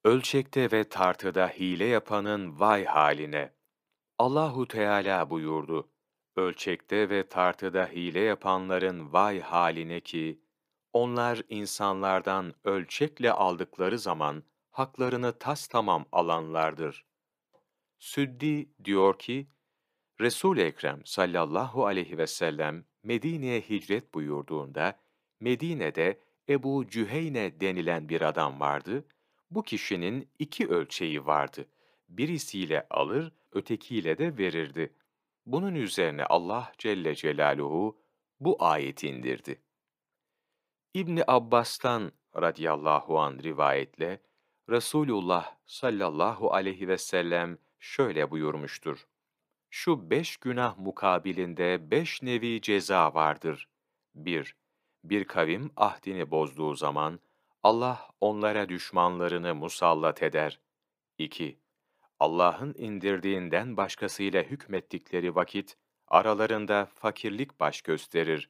Ölçekte ve tartıda hile yapanın vay haline. Allahu Teala buyurdu: Ölçekte ve tartıda hile yapanların vay haline ki, onlar insanlardan ölçekle aldıkları zaman haklarını tamam alanlardır. Süddi diyor ki, Resul-i Ekrem sallallahu aleyhi ve sellem Medine'ye hicret buyurduğunda, Medine'de Ebu Cüheyne denilen bir adam vardı. Bu kişinin iki ölçeği vardı. Birisiyle alır, ötekiyle de verirdi. Bunun üzerine Allah Celle Celaluhu bu ayeti indirdi. İbni Abbas'tan radıyallahu an rivayetle, Resulullah sallallahu aleyhi ve sellem şöyle buyurmuştur: Şu 5 günah mukabilinde 5 nevi ceza vardır. 1. Bir kavim ahdini bozduğu zaman Allah onlara düşmanlarını musallat eder. 2. Allah'ın indirdiğinden başkasıyla hükmettikleri vakit aralarında fakirlik baş gösterir.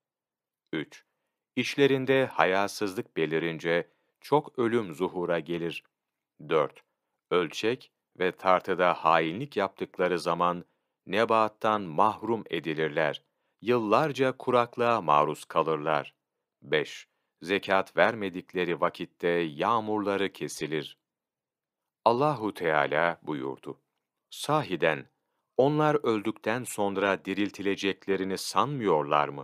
3. İşlerinde hayasızlık belirince çok ölüm zuhura gelir. 4. Ölçek ve tartıda hainlik yaptıkları zaman nebaattan mahrum edilirler. Yıllarca kuraklığa maruz kalırlar. 5. Zekat vermedikleri vakitte yağmurları kesilir. Allahu Teala buyurdu: Sahiden onlar öldükten sonra diriltileceklerini sanmıyorlar mı?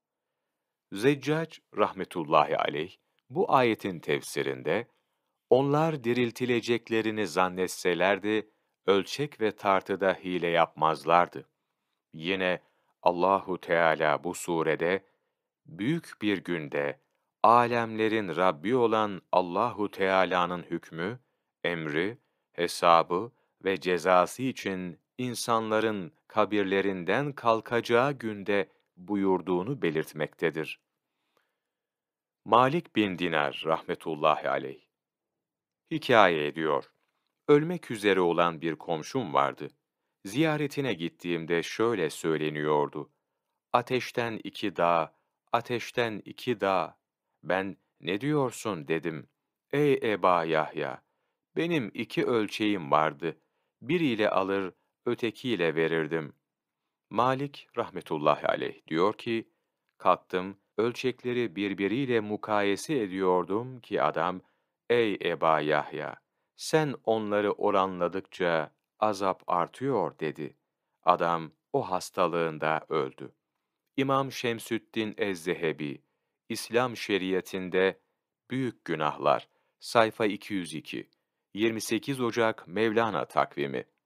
Zeccac rahmetullahi aleyh bu ayetin tefsirinde, onlar diriltileceklerini zannetselerdi, ölçek ve tartıda hile yapmazlardı. Yine Allahu Teala bu surede, büyük bir günde, alemlerin Rabbi olan Allahu Teala'nın hükmü, emri, hesabı ve cezası için insanların kabirlerinden kalkacağı günde buyurduğunu belirtmektedir. Malik bin Dinar rahmetullahi aleyh hikaye ediyor. Ölmek üzere olan bir komşum vardı. Ziyaretine gittiğimde şöyle söyleniyordu: Ateşten 2 dağ, ateşten 2 dağ. Ben, ne diyorsun dedim. Ey Eba Yahya, benim 2 ölçeğim vardı. Biriyle alır, ötekiyle verirdim. Malik rahmetullahi aleyh diyor ki, kalktım, ölçekleri birbiriyle mukayese ediyordum ki adam, ey Eba Yahya, sen onları oranladıkça azap artıyor dedi. Adam o hastalığında öldü. İmam Şemsüddin Ez-Zehebi, İslam şeriatinde Büyük Günahlar, sayfa 202, 28 Ocak Mevlana takvimi.